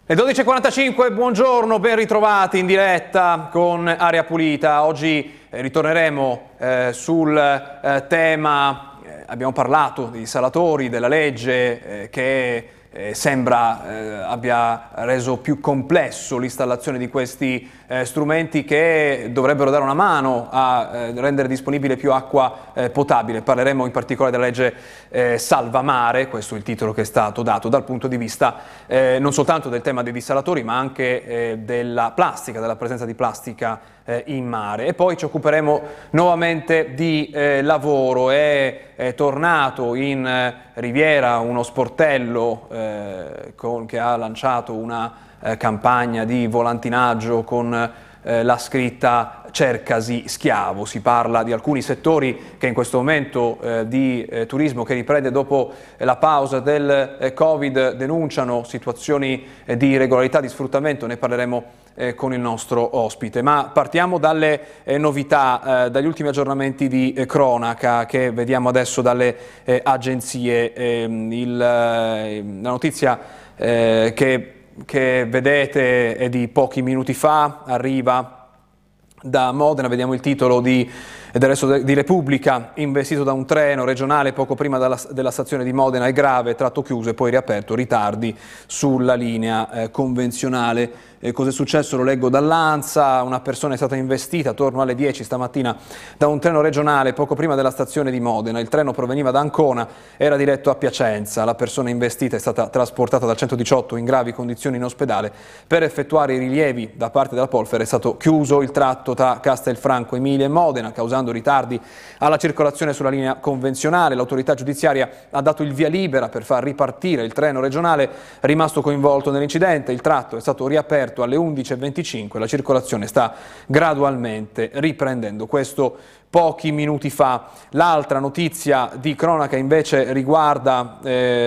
Le 12.45, buongiorno, ben ritrovati in diretta con Aria Pulita. Oggi ritorneremo sul tema, abbiamo parlato dei salatori, della legge che sembra abbia reso più complesso l'installazione di questi strumenti che dovrebbero dare una mano a rendere disponibile più acqua potabile. Parleremo in particolare della legge Salva Mare, questo è il titolo che è stato dato dal punto di vista non soltanto del tema dei dissalatori ma anche della plastica, della presenza di plastica in mare. E poi ci occuperemo nuovamente di lavoro. È tornato in Riviera uno sportello che ha lanciato una campagna di volantinaggio con la scritta "Cercasi schiavo". Si parla di alcuni settori che in questo momento di turismo che riprende dopo la pausa del Covid denunciano situazioni di irregolarità, di sfruttamento. Ne parleremo con il nostro ospite, ma partiamo dalle novità, dagli ultimi aggiornamenti di cronaca che vediamo adesso dalle agenzie. La notizia che vedete è di pochi minuti fa, arriva da Modena, vediamo il titolo del Resto di Repubblica: investito da un treno regionale poco prima della stazione di Modena è grave, tratto chiuso e poi riaperto, ritardi sulla linea convenzionale. Cos'è successo? Lo leggo dall'ANSA: una persona è stata investita attorno alle 10 stamattina da un treno regionale poco prima della stazione di Modena. Il treno proveniva da Ancona, era diretto a Piacenza. La persona investita è stata trasportata dal 118 in gravi condizioni in ospedale. Per effettuare i rilievi da parte della Polfer è stato chiuso il tratto tra Castelfranco Emilia e Modena, causando ritardi alla circolazione sulla linea convenzionale. L'autorità giudiziaria ha dato il via libera per far ripartire il treno regionale rimasto coinvolto nell'incidente. Il tratto è stato riaperto alle 11.25, la circolazione sta gradualmente riprendendo. Questo pochi minuti fa. L'altra notizia di cronaca invece riguarda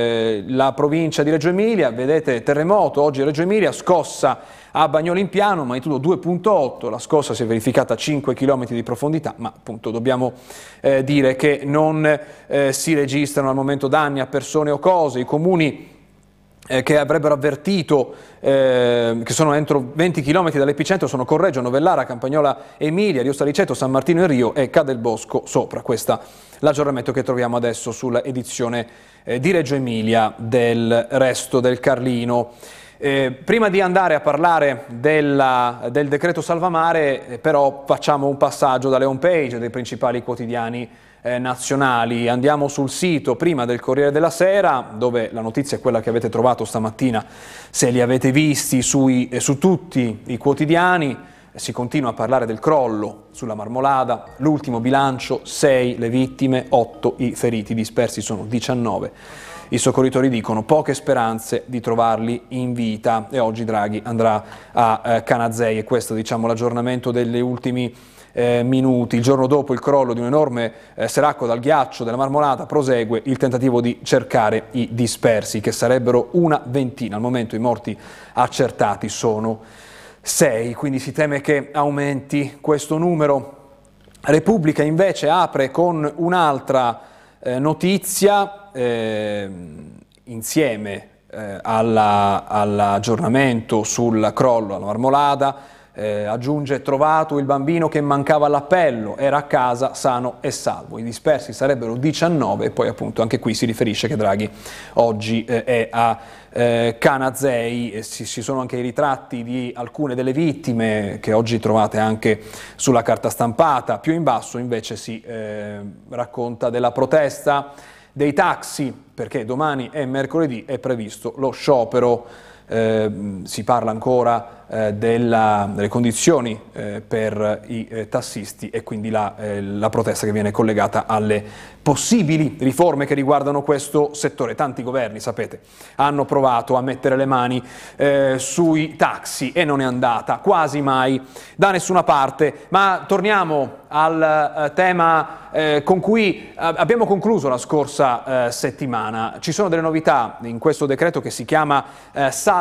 la provincia di Reggio Emilia. Vedete, terremoto oggi a Reggio Emilia, scossa a Bagnoli in Piano, magnitudo 2.8, la scossa si è verificata a 5 km di profondità, ma appunto dobbiamo dire che non si registrano al momento danni a persone o cose. I comuni che avrebbero avvertito che sono entro 20 km dall'epicentro sono Correggio, Novellara, Campagnola Emilia, Rio Saliceto, San Martino in Rio e Cadelbosco Sopra. Questo è l'aggiornamento che troviamo adesso sulla edizione di Reggio Emilia del Resto del Carlino. Prima di andare a parlare del decreto Salva Mare, però facciamo un passaggio dalle home page dei principali quotidiani nazionali. Andiamo sul sito prima del Corriere della Sera, dove la notizia è quella che avete trovato stamattina se li avete visti su tutti i quotidiani. Si continua a parlare del crollo sulla Marmolada, l'ultimo bilancio: 6 le vittime, 8 i feriti, dispersi sono 19. I soccorritori dicono poche speranze di trovarli in vita e oggi Draghi andrà a Canazei e questo, diciamo, l'aggiornamento degli ultimi minuti. Il giorno dopo il crollo di un enorme seracco dal ghiaccio della Marmolada prosegue il tentativo di cercare i dispersi, che sarebbero una ventina. Al momento i morti accertati sono 6, quindi si teme che aumenti questo numero. Repubblica invece apre con un'altra notizia insieme all'aggiornamento sul crollo alla Marmolada. Aggiunge: trovato il bambino che mancava all'appello, era a casa sano e salvo. I dispersi sarebbero 19 e poi appunto anche qui si riferisce che Draghi oggi è a Canazei. Ci sono anche i ritratti di alcune delle vittime che oggi trovate anche sulla carta stampata. Più in basso invece si racconta della protesta dei taxi, perché domani e mercoledì è previsto lo sciopero. Si parla ancora delle condizioni per i tassisti e quindi la protesta che viene collegata alle possibili riforme che riguardano questo settore. Tanti governi, sapete, hanno provato a mettere le mani sui taxi e non è andata quasi mai da nessuna parte. Ma torniamo al tema con cui abbiamo concluso la scorsa settimana. Ci sono delle novità in questo decreto che si chiama Salva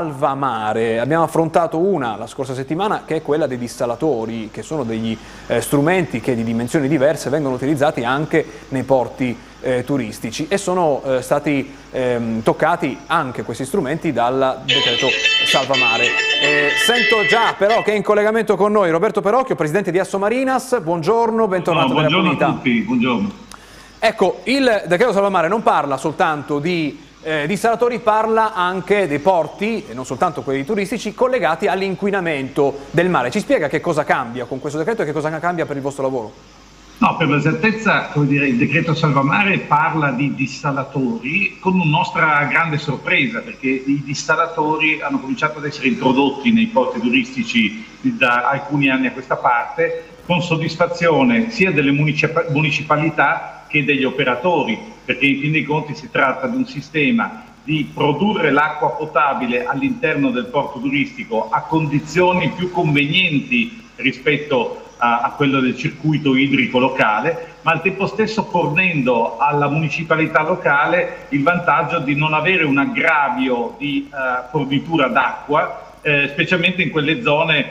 salva mare. Abbiamo affrontato una la scorsa settimana, che è quella dei dissalatori, che sono degli strumenti che di dimensioni diverse vengono utilizzati anche nei porti turistici, e sono stati toccati anche questi strumenti dal decreto salva mare. Sento già però che è in collegamento con noi Roberto Perocchio, presidente di Assomarinas. Buongiorno, bentornato. Buongiorno a tutti, buongiorno. Ecco, il decreto salva mare non parla soltanto di dissalatori, parla anche dei porti, e non soltanto quelli turistici, collegati all'inquinamento del mare. Ci spiega che cosa cambia con questo decreto e che cosa cambia per il vostro lavoro? No, per l'esattezza, come dire, il decreto salvamare parla di dissalatori con una nostra grande sorpresa, perché i dissalatori hanno cominciato ad essere introdotti nei porti turistici da alcuni anni a questa parte, con soddisfazione sia delle municipalità che degli operatori, perché in fin dei conti si tratta di un sistema di produrre l'acqua potabile all'interno del porto turistico a condizioni più convenienti rispetto a quello del circuito idrico locale, ma al tempo stesso fornendo alla municipalità locale il vantaggio di non avere un aggravio di fornitura d'acqua, specialmente in quelle zone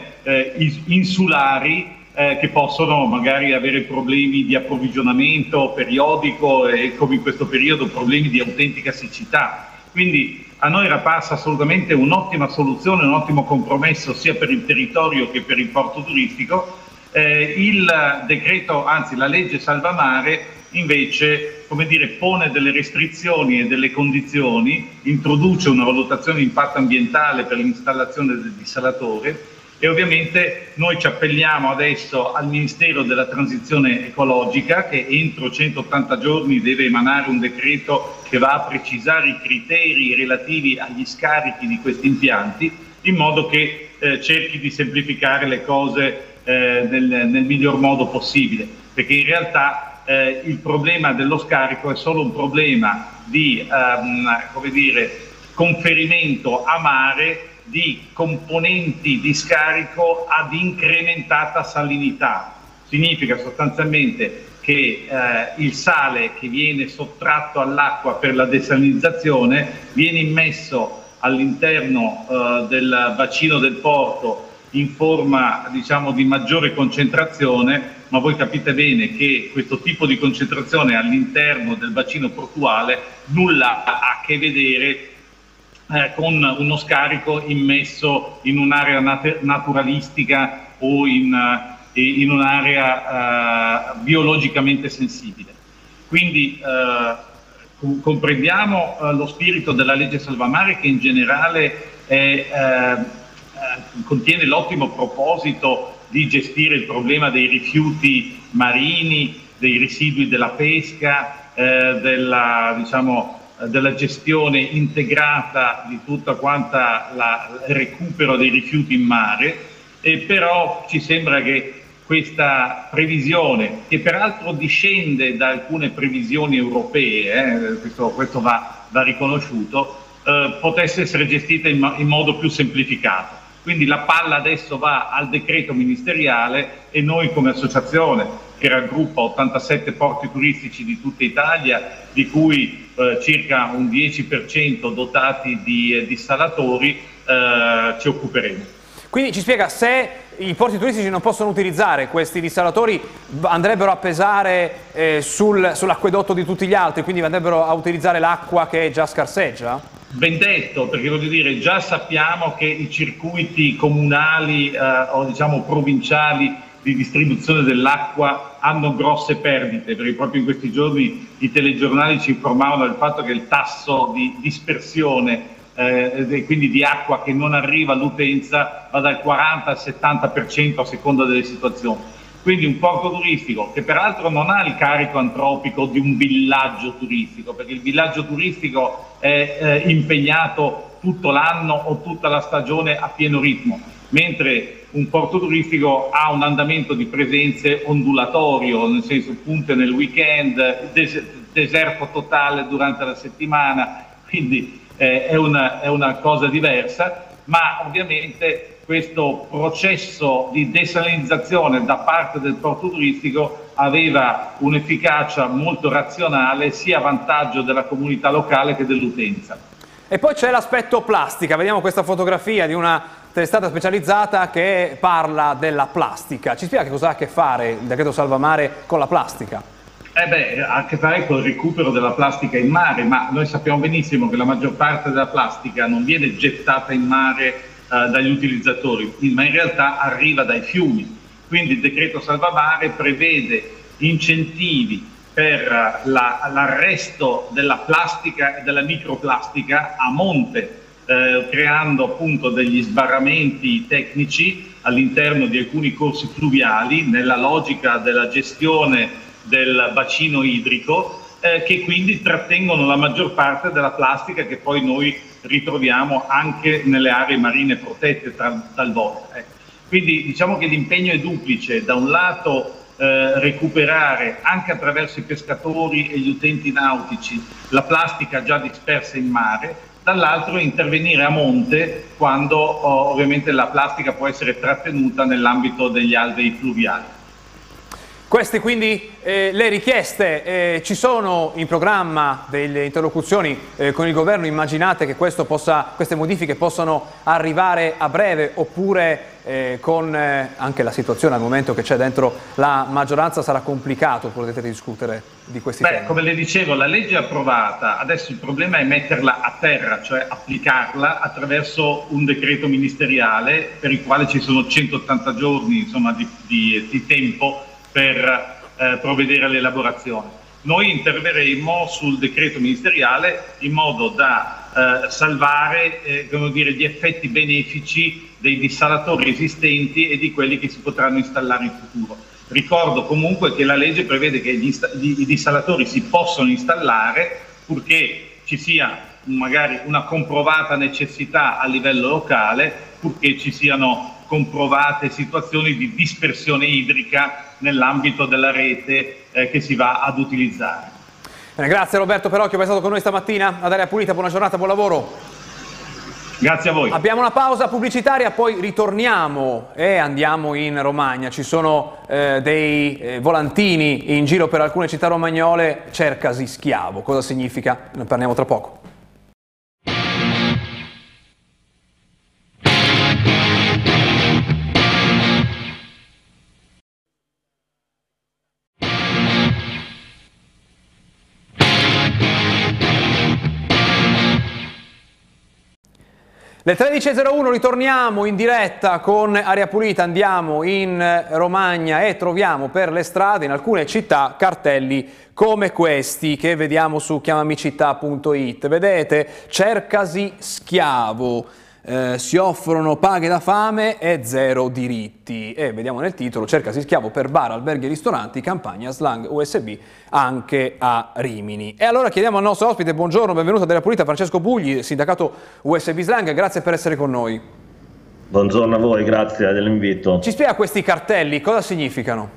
insulari che possono magari avere problemi di approvvigionamento periodico e, come in questo periodo, problemi di autentica siccità. Quindi a noi era parsa assolutamente un'ottima soluzione, un ottimo compromesso sia per il territorio che per il porto turistico. Il decreto, anzi la legge salvamare, invece, come dire, pone delle restrizioni e delle condizioni, introduce una valutazione di impatto ambientale per l'installazione del dissalatore, e ovviamente noi ci appelliamo adesso al Ministero della Transizione Ecologica, che entro 180 giorni deve emanare un decreto che va a precisare i criteri relativi agli scarichi di questi impianti, in modo che cerchi di semplificare le cose nel miglior modo possibile, perché in realtà il problema dello scarico è solo un problema di come dire, conferimento a mare di componenti di scarico ad incrementata salinità. Significa sostanzialmente che il sale che viene sottratto all'acqua per la desalinizzazione viene immesso all'interno del bacino del porto in forma, diciamo, di maggiore concentrazione, ma voi capite bene che questo tipo di concentrazione all'interno del bacino portuale nulla ha a che vedere con uno scarico immesso in un'area naturalistica o in un'area biologicamente sensibile. Quindi comprendiamo lo spirito della legge salvamare, che in generale contiene l'ottimo proposito di gestire il problema dei rifiuti marini, dei residui della pesca, della gestione integrata di tutta quanta il recupero dei rifiuti in mare, e però ci sembra che questa previsione, che peraltro discende da alcune previsioni europee, questo va riconosciuto, potesse essere gestita in modo più semplificato. Quindi la palla adesso va al decreto ministeriale, e noi come associazione, che raggruppa 87 porti turistici di tutta Italia, di cui circa un 10% dotati di dissalatori, ci occuperemo. Quindi ci spiega, se i porti turistici non possono utilizzare questi dissalatori, andrebbero a pesare sull'acquedotto di tutti gli altri, quindi andrebbero a utilizzare l'acqua che già scarseggia? Ben detto, perché voglio dire, già sappiamo che i circuiti comunali o diciamo provinciali di distribuzione dell'acqua hanno grosse perdite, perché proprio in questi giorni i telegiornali ci informavano del fatto che il tasso di dispersione quindi di acqua che non arriva all'utenza va dal 40 al 70% a seconda delle situazioni. Quindi un porto turistico che peraltro non ha il carico antropico di un villaggio turistico, perché il villaggio turistico è impegnato tutto l'anno o tutta la stagione a pieno ritmo, mentre un porto turistico ha un andamento di presenze ondulatorio, nel senso punte nel weekend, deserto totale durante la settimana, quindi è una cosa diversa, ma ovviamente questo processo di desalinizzazione da parte del porto turistico aveva un'efficacia molto razionale, sia a vantaggio della comunità locale che dell'utenza. E poi c'è l'aspetto plastica, vediamo questa fotografia di una testata specializzata che parla della plastica. Ci spiega che cosa ha a che fare il decreto Salva Mare con la plastica? Ha a che fare con il recupero della plastica in mare, ma noi sappiamo benissimo che la maggior parte della plastica non viene gettata in mare dagli utilizzatori, ma in realtà arriva dai fiumi. Quindi il decreto Salva Mare prevede incentivi per l'arresto della plastica e della microplastica a monte, creando appunto degli sbarramenti tecnici all'interno di alcuni corsi fluviali nella logica della gestione del bacino idrico, che quindi trattengono la maggior parte della plastica che poi noi ritroviamo anche nelle aree marine protette talvolta. Quindi diciamo che l'impegno è duplice: da un lato recuperare anche attraverso i pescatori e gli utenti nautici la plastica già dispersa in mare, dall'altro intervenire a monte quando ovviamente la plastica può essere trattenuta nell'ambito degli alvei fluviali. Queste quindi le richieste, ci sono in programma delle interlocuzioni con il governo? Immaginate che queste modifiche possano arrivare a breve, oppure con anche la situazione al momento che c'è dentro la maggioranza sarà complicato, potete discutere di questi temi? Come le dicevo, la legge è approvata, adesso il problema è metterla a terra, cioè applicarla attraverso un decreto ministeriale per il quale ci sono 180 giorni insomma, di tempo per provvedere all'elaborazione. Noi interverremo sul decreto ministeriale in modo da salvare gli effetti benefici dei dissalatori esistenti e di quelli che si potranno installare in futuro. Ricordo comunque che la legge prevede che i dissalatori si possono installare purché ci sia magari una comprovata necessità a livello locale, purché ci siano comprovate situazioni di dispersione idrica nell'ambito della rete che si va ad utilizzare. Bene, grazie Roberto Perocchio per essere stato con noi stamattina ad Aria Pulita, buona giornata, buon lavoro. Grazie a voi. Abbiamo una pausa pubblicitaria, poi ritorniamo e andiamo in Romagna. Ci sono dei volantini in giro per alcune città romagnole, cercasi schiavo. Cosa significa? Ne parliamo tra poco. Le 13.01 ritorniamo in diretta con Aria Pulita, andiamo in Romagna e troviamo per le strade in alcune città cartelli come questi che vediamo su chiamamicittà.it. Vedete, cercasi schiavo, si offrono paghe da fame e zero diritti. E vediamo nel titolo, cercasi schiavo per bar, alberghi e ristoranti, campagna slang USB anche a Rimini. E allora chiediamo al nostro ospite, buongiorno, benvenuto ad Aria Pulita, Francesco Bugli, sindacato USB Slang, grazie per essere con noi. Buongiorno a voi, grazie dell'invito. Ci spiega questi cartelli, cosa significano?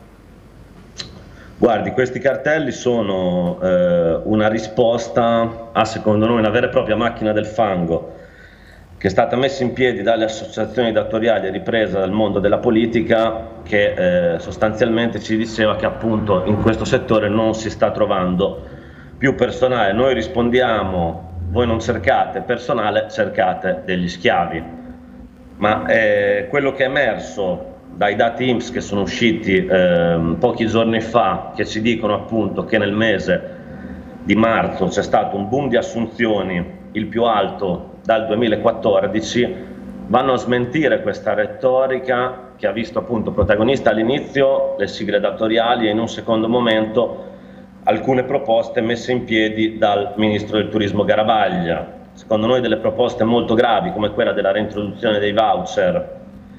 Guardi, questi cartelli sono una risposta a, secondo noi, una vera e propria macchina del fango che è stata messa in piedi dalle associazioni datoriali e ripresa dal mondo della politica, che sostanzialmente ci diceva che appunto in questo settore non si sta trovando più personale. Noi rispondiamo: voi non cercate personale, cercate degli schiavi. Ma quello che è emerso dai dati INPS che sono usciti pochi giorni fa, che ci dicono appunto che nel mese di marzo c'è stato un boom di assunzioni, il più alto dal 2014, vanno a smentire questa retorica che ha visto appunto protagonista all'inizio le sigle datoriali e in un secondo momento alcune proposte messe in piedi dal Ministro del Turismo Garavaglia. Secondo noi delle proposte molto gravi, come quella della reintroduzione dei voucher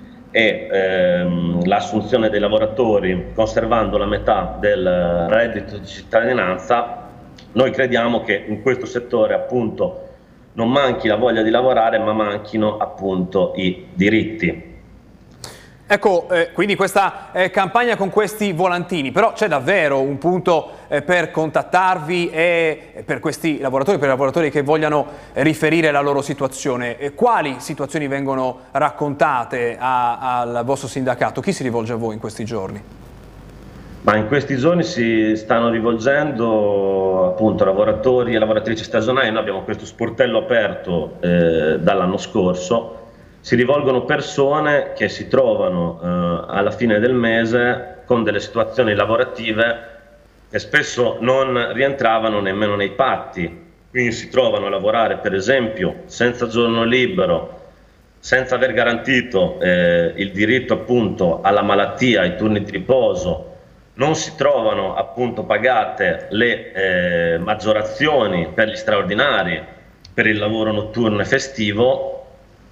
e l'assunzione dei lavoratori conservando la metà del reddito di cittadinanza. Noi crediamo che in questo settore appunto non manchi la voglia di lavorare, ma manchino appunto i diritti. Ecco, quindi questa campagna con questi volantini, però c'è davvero un punto per contattarvi e per questi lavoratori, per i lavoratori che vogliano riferire la loro situazione. Quali situazioni vengono raccontate al vostro sindacato? Chi si rivolge a voi in questi giorni? Ma in questi giorni si stanno rivolgendo appunto lavoratori e lavoratrici stagionali. Noi abbiamo questo sportello aperto dall'anno scorso. Si rivolgono persone che si trovano alla fine del mese con delle situazioni lavorative che spesso non rientravano nemmeno nei patti. Quindi si trovano a lavorare, per esempio, senza giorno libero, senza aver garantito il diritto appunto alla malattia, ai turni di riposo. Non si trovano appunto pagate le maggiorazioni per gli straordinari, per il lavoro notturno e festivo,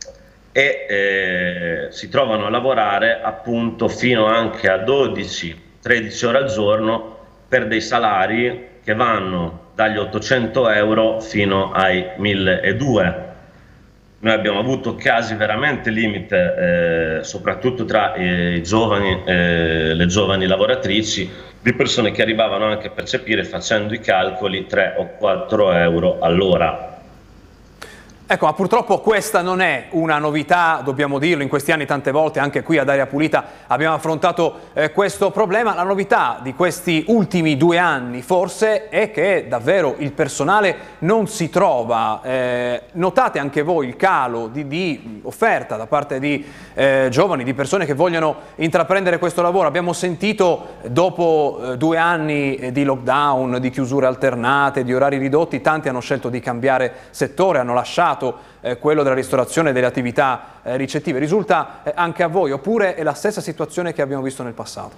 e si trovano a lavorare appunto fino anche a 12-13 ore al giorno per dei salari che vanno dagli 800 euro fino ai 1200. Noi abbiamo avuto casi veramente limite, soprattutto tra i giovani, le giovani lavoratrici, di persone che arrivavano anche a percepire, facendo i calcoli, 3 o 4 euro all'ora. Ecco, ma purtroppo questa non è una novità, dobbiamo dirlo, in questi anni tante volte anche qui ad Aria Pulita abbiamo affrontato questo problema. La novità di questi ultimi 2 anni forse è che davvero il personale non si trova. Notate anche voi il calo di offerta da parte di giovani, di persone che vogliono intraprendere questo lavoro. Abbiamo sentito dopo 2 anni di lockdown, di chiusure alternate, di orari ridotti, tanti hanno scelto di cambiare settore, hanno lasciato quello della ristorazione e delle attività ricettive. Risulta anche a voi, oppure è la stessa situazione che abbiamo visto nel passato?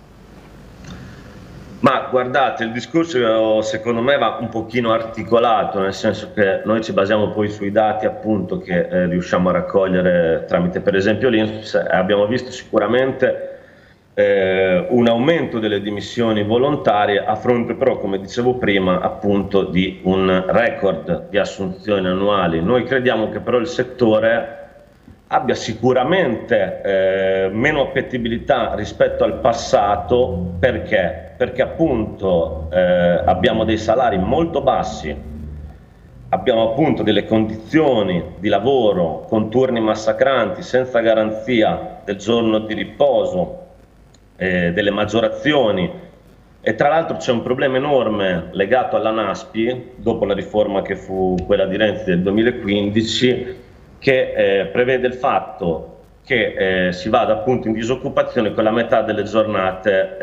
Ma guardate, il discorso secondo me va un pochino articolato, nel senso che noi ci basiamo poi sui dati appunto che riusciamo a raccogliere tramite per esempio l'INPS. Abbiamo visto sicuramente un aumento delle dimissioni volontarie, a fronte però, come dicevo prima, appunto di un record di assunzioni annuali. Noi crediamo che però il settore abbia sicuramente meno appetibilità rispetto al passato. Perché? Perché appunto abbiamo dei salari molto bassi, abbiamo appunto delle condizioni di lavoro con turni massacranti, senza garanzia del giorno di riposo, delle maggiorazioni, e tra l'altro c'è un problema enorme legato alla NASPI dopo la riforma che fu quella di Renzi del 2015, che prevede il fatto che si vada appunto in disoccupazione con la metà delle giornate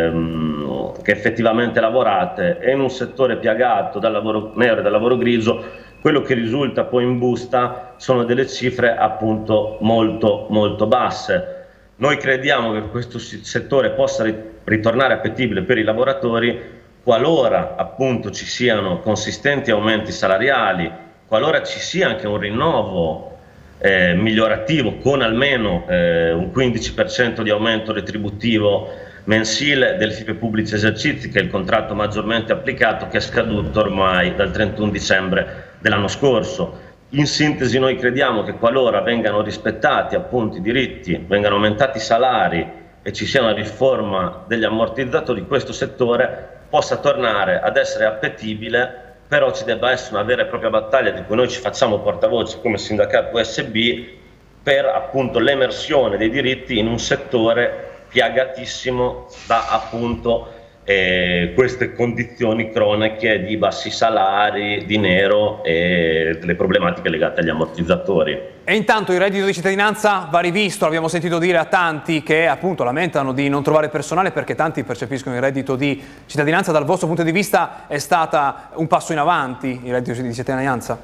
che effettivamente lavorate, e in un settore piagato dal lavoro nero e dal lavoro grigio quello che risulta poi in busta sono delle cifre appunto molto molto basse. Noi crediamo che questo settore possa ritornare appetibile per i lavoratori qualora appunto ci siano consistenti aumenti salariali, qualora ci sia anche un rinnovo migliorativo con almeno un 15% di aumento retributivo mensile del FIPE Pubblici Esercizi, che è il contratto maggiormente applicato, che è scaduto ormai dal 31 dicembre dell'anno scorso. In sintesi, noi crediamo che qualora vengano rispettati appunto i diritti, vengano aumentati i salari e ci sia una riforma degli ammortizzatori, questo settore possa tornare ad essere appetibile. Però ci debba essere una vera e propria battaglia di cui noi ci facciamo portavoce come sindacato USB per appunto l'emersione dei diritti in un settore piagatissimo da appunto queste condizioni croniche di bassi salari, di nero e delle problematiche legate agli ammortizzatori. E intanto il reddito di cittadinanza va rivisto. Abbiamo sentito dire a tanti che appunto lamentano di non trovare personale perché tanti percepiscono il reddito di cittadinanza. Dal vostro punto di vista è stata un passo in avanti il reddito di cittadinanza?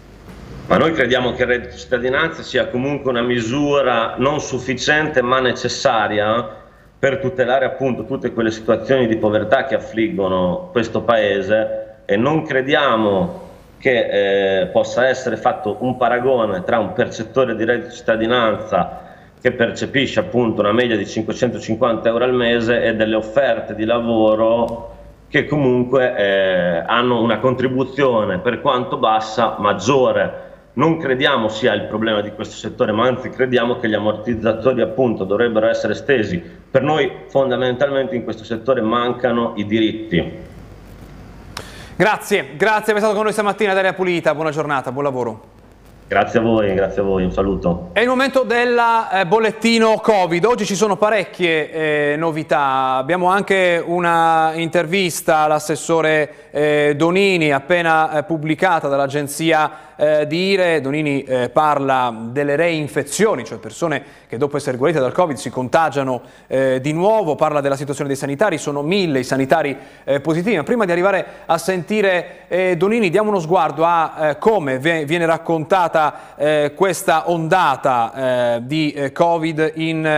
Ma noi crediamo che il reddito di cittadinanza sia comunque una misura non sufficiente ma necessaria per tutelare appunto tutte quelle situazioni di povertà che affliggono questo Paese, e non crediamo che possa essere fatto un paragone tra un percettore di reddito di cittadinanza che percepisce appunto una media di 550 euro al mese e delle offerte di lavoro che comunque hanno una contribuzione, per quanto bassa, maggiore. Non crediamo sia il problema di questo settore, ma anzi crediamo che gli ammortizzatori appunto dovrebbero essere estesi. Per noi fondamentalmente in questo settore mancano i diritti. Grazie per essere stato con noi stamattina ad Aria Pulita, buona giornata, buon lavoro. Grazie a voi, un saluto. È il momento del bollettino Covid. Oggi ci sono parecchie novità. Abbiamo anche una intervista all'assessore Donini appena pubblicata dall'agenzia di IRE. Donini parla delle reinfezioni, cioè persone che dopo essere guarite dal Covid si contagiano di nuovo, parla della situazione dei sanitari, sono 1000 i sanitari positivi. Ma prima di arrivare a sentire Donini, diamo uno sguardo a come viene raccontata questa ondata di Covid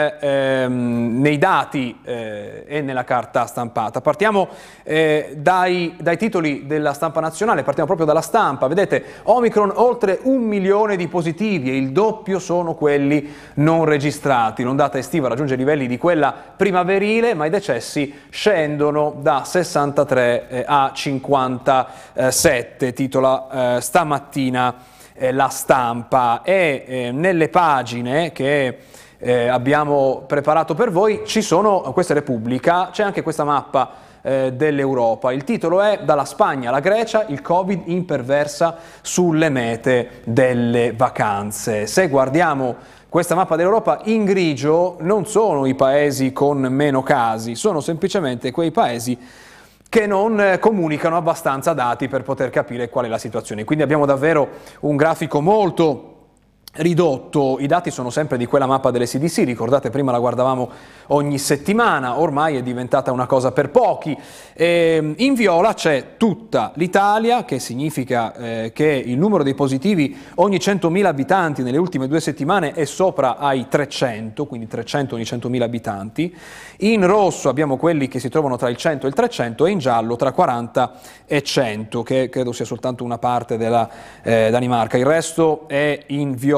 nei dati e nella carta stampata. Partiamo dai titoli della stampa nazionale, partiamo proprio dalla stampa. Vedete, Omicron oltre 1 milione di positivi e il doppio sono quelli non registrati. L'ondata estiva raggiunge livelli di quella primaverile, ma i decessi scendono da 63 a 57, titola stamattina la stampa. E nelle pagine che abbiamo preparato per voi ci sono, questa è Repubblica, c'è anche questa mappa dell'Europa. Il titolo è: dalla Spagna alla Grecia, il Covid imperversa sulle mete delle vacanze. Se guardiamo questa mappa dell'Europa, in grigio non sono i paesi con meno casi, sono semplicemente quei paesi che non comunicano abbastanza dati per poter capire qual è la situazione. Quindi abbiamo davvero un grafico molto ridotto. I dati sono sempre di quella mappa delle CDC, ricordate, prima la guardavamo ogni settimana, ormai è diventata una cosa per pochi. In viola c'è tutta l'Italia, che significa che il numero dei positivi ogni 100.000 abitanti nelle ultime 2 settimane è sopra ai 300, quindi 300 ogni 100.000 abitanti. In rosso abbiamo quelli che si trovano tra il 100 e il 300 e in giallo tra 40 e 100, che credo sia soltanto una parte della Danimarca. Il resto è in viola.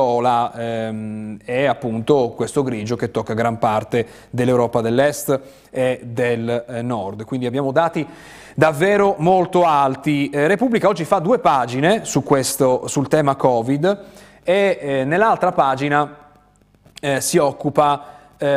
È appunto questo grigio che tocca gran parte dell'Europa dell'Est e del Nord, quindi abbiamo dati davvero molto alti. Repubblica oggi fa 2 pagine sul tema Covid e nell'altra pagina si occupa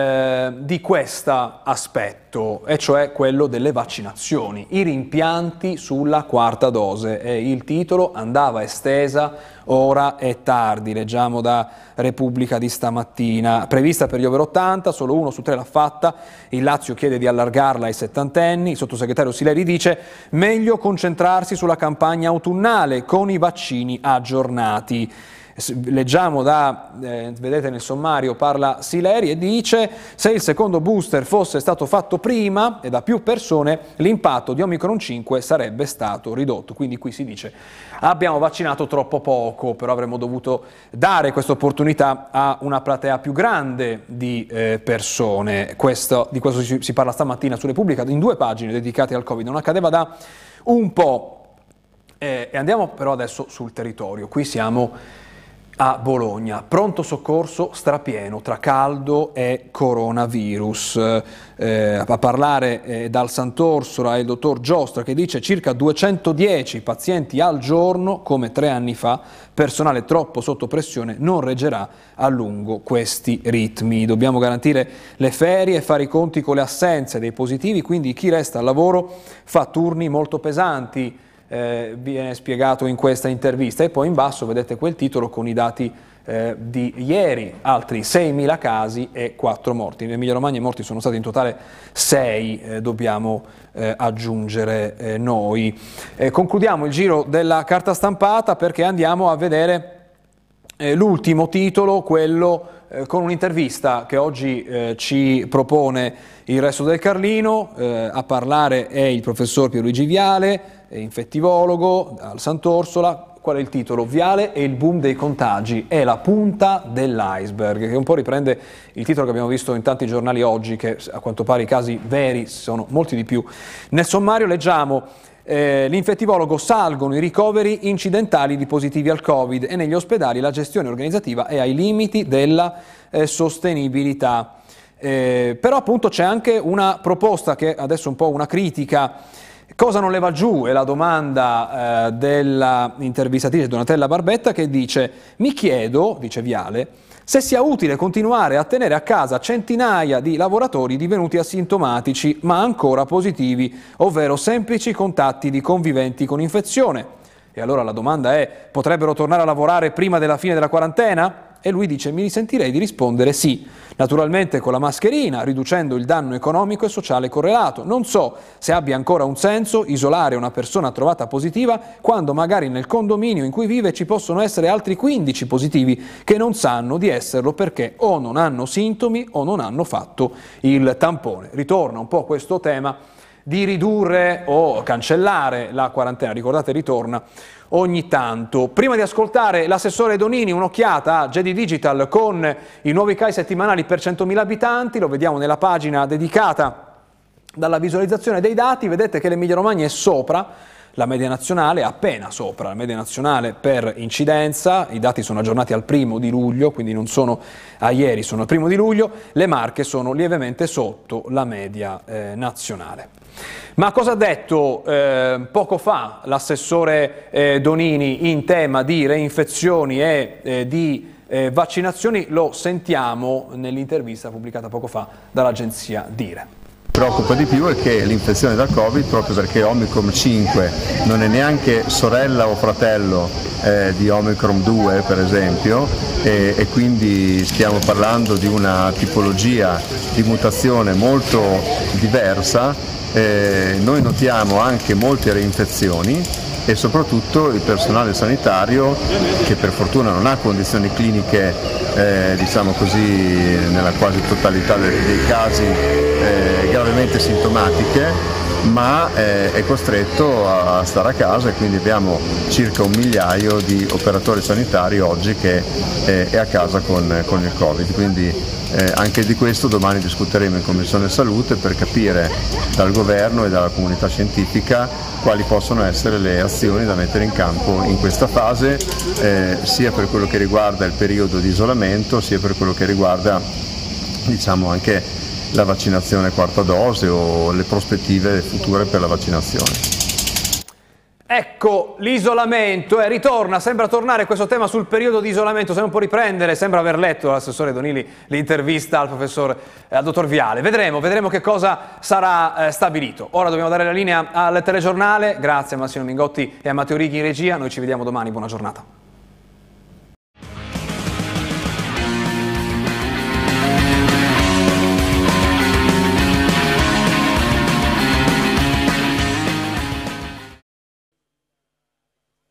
di questo aspetto, e cioè quello delle vaccinazioni, i rimpianti sulla 4ª dose. E il titolo: andava estesa, ora è tardi. Leggiamo da Repubblica di stamattina. Prevista per gli over 80, solo 1 su 3 l'ha fatta. Il Lazio chiede di allargarla ai 70enni. Il sottosegretario Sileri dice: meglio concentrarsi sulla campagna autunnale con i vaccini aggiornati. Leggiamo vedete nel sommario, parla Sileri e dice: se il secondo booster fosse stato fatto prima e da più persone, l'impatto di Omicron 5 sarebbe stato ridotto. Quindi qui si dice: abbiamo vaccinato troppo poco, però avremmo dovuto dare questa opportunità a una platea più grande di persone. Di questo si parla stamattina su Repubblica, in 2 pagine dedicate al Covid. Non accadeva da un po'. E andiamo però adesso sul territorio. Qui siamo a Bologna, pronto soccorso strapieno tra caldo e coronavirus. A parlare dal Sant'Orsola è il dottor Giostra, che dice: circa 210 pazienti al giorno come 3 anni fa, personale troppo sotto pressione non reggerà a lungo questi ritmi. Dobbiamo garantire le ferie e fare i conti con le assenze dei positivi, quindi chi resta al lavoro fa turni molto pesanti. Viene spiegato in questa intervista. E poi in basso vedete quel titolo con i dati di ieri: altri 6.000 casi e 4 morti. In Emilia Romagna i morti sono stati in totale 6, dobbiamo aggiungere noi. Concludiamo il giro della carta stampata perché andiamo a vedere l'ultimo titolo, quello con un'intervista che oggi ci propone il Resto del Carlino. A parlare è il professor Pierluigi Viale, infettivologo al Sant'Orsola. Qual è il titolo? Viale e il boom dei contagi è la punta dell'iceberg, che un po' riprende il titolo che abbiamo visto in tanti giornali oggi, che a quanto pare i casi veri sono molti di più. Nel sommario leggiamo: l'infettivologo: salgono i ricoveri incidentali di positivi al Covid e negli ospedali la gestione organizzativa è ai limiti della sostenibilità. Però appunto c'è anche una proposta che adesso è un po' una critica. Cosa non le va giù? È la domanda della intervistatrice Donatella Barbetta, che dice: mi chiedo, dice Viale, se sia utile continuare a tenere a casa centinaia di lavoratori divenuti asintomatici ma ancora positivi, ovvero semplici contatti di conviventi con infezione. E allora la domanda è: potrebbero tornare a lavorare prima della fine della quarantena? E lui dice: mi sentirei di rispondere sì, naturalmente con la mascherina, riducendo il danno economico e sociale correlato. Non so se abbia ancora un senso isolare una persona trovata positiva quando magari nel condominio in cui vive ci possono essere altri 15 positivi che non sanno di esserlo perché o non hanno sintomi o non hanno fatto il tampone. Ritorna un po' questo tema di ridurre o cancellare la quarantena, ricordate, ritorna ogni tanto. Prima di ascoltare l'assessore Donini, un'occhiata a JD Digital con i nuovi CAI settimanali per 100.000 abitanti, lo vediamo nella pagina dedicata dalla visualizzazione dei dati. Vedete che l'Emilia Romagna è sopra la media nazionale, appena sopra la media nazionale per incidenza. I dati sono aggiornati al 1° luglio, quindi non sono a ieri, sono al 1° luglio. Le Marche sono lievemente sotto la media nazionale. Ma cosa ha detto poco fa l'assessore Donini in tema di reinfezioni e di vaccinazioni? Lo sentiamo nell'intervista pubblicata poco fa dall'agenzia Dire. Preoccupa di più è che l'infezione da Covid, proprio perché Omicron 5 non è neanche sorella o fratello di Omicron 2 per esempio, e quindi stiamo parlando di una tipologia di mutazione molto diversa. Noi notiamo anche molte reinfezioni e soprattutto il personale sanitario, che per fortuna non ha condizioni cliniche diciamo così nella quasi totalità dei casi gravemente sintomatiche, ma è costretto a stare a casa, e quindi abbiamo circa 1 migliaio di operatori sanitari oggi che è a casa con il Covid. Quindi anche di questo domani discuteremo in Commissione Salute per capire dal Governo e dalla comunità scientifica quali possono essere le azioni da mettere in campo in questa fase, sia per quello che riguarda il periodo di isolamento, sia per quello che riguarda diciamo anche la vaccinazione 4ª dose o le prospettive future per la vaccinazione. Ecco, l'isolamento, ritorna, sembra tornare questo tema sul periodo di isolamento, sembra un po' riprendere, sembra aver letto l'assessore Donini l'intervista al dottor Viale. Vedremo che cosa sarà stabilito. Ora dobbiamo dare la linea al telegiornale, grazie a Massimo Mingotti e a Matteo Righi in regia, noi ci vediamo domani, buona giornata.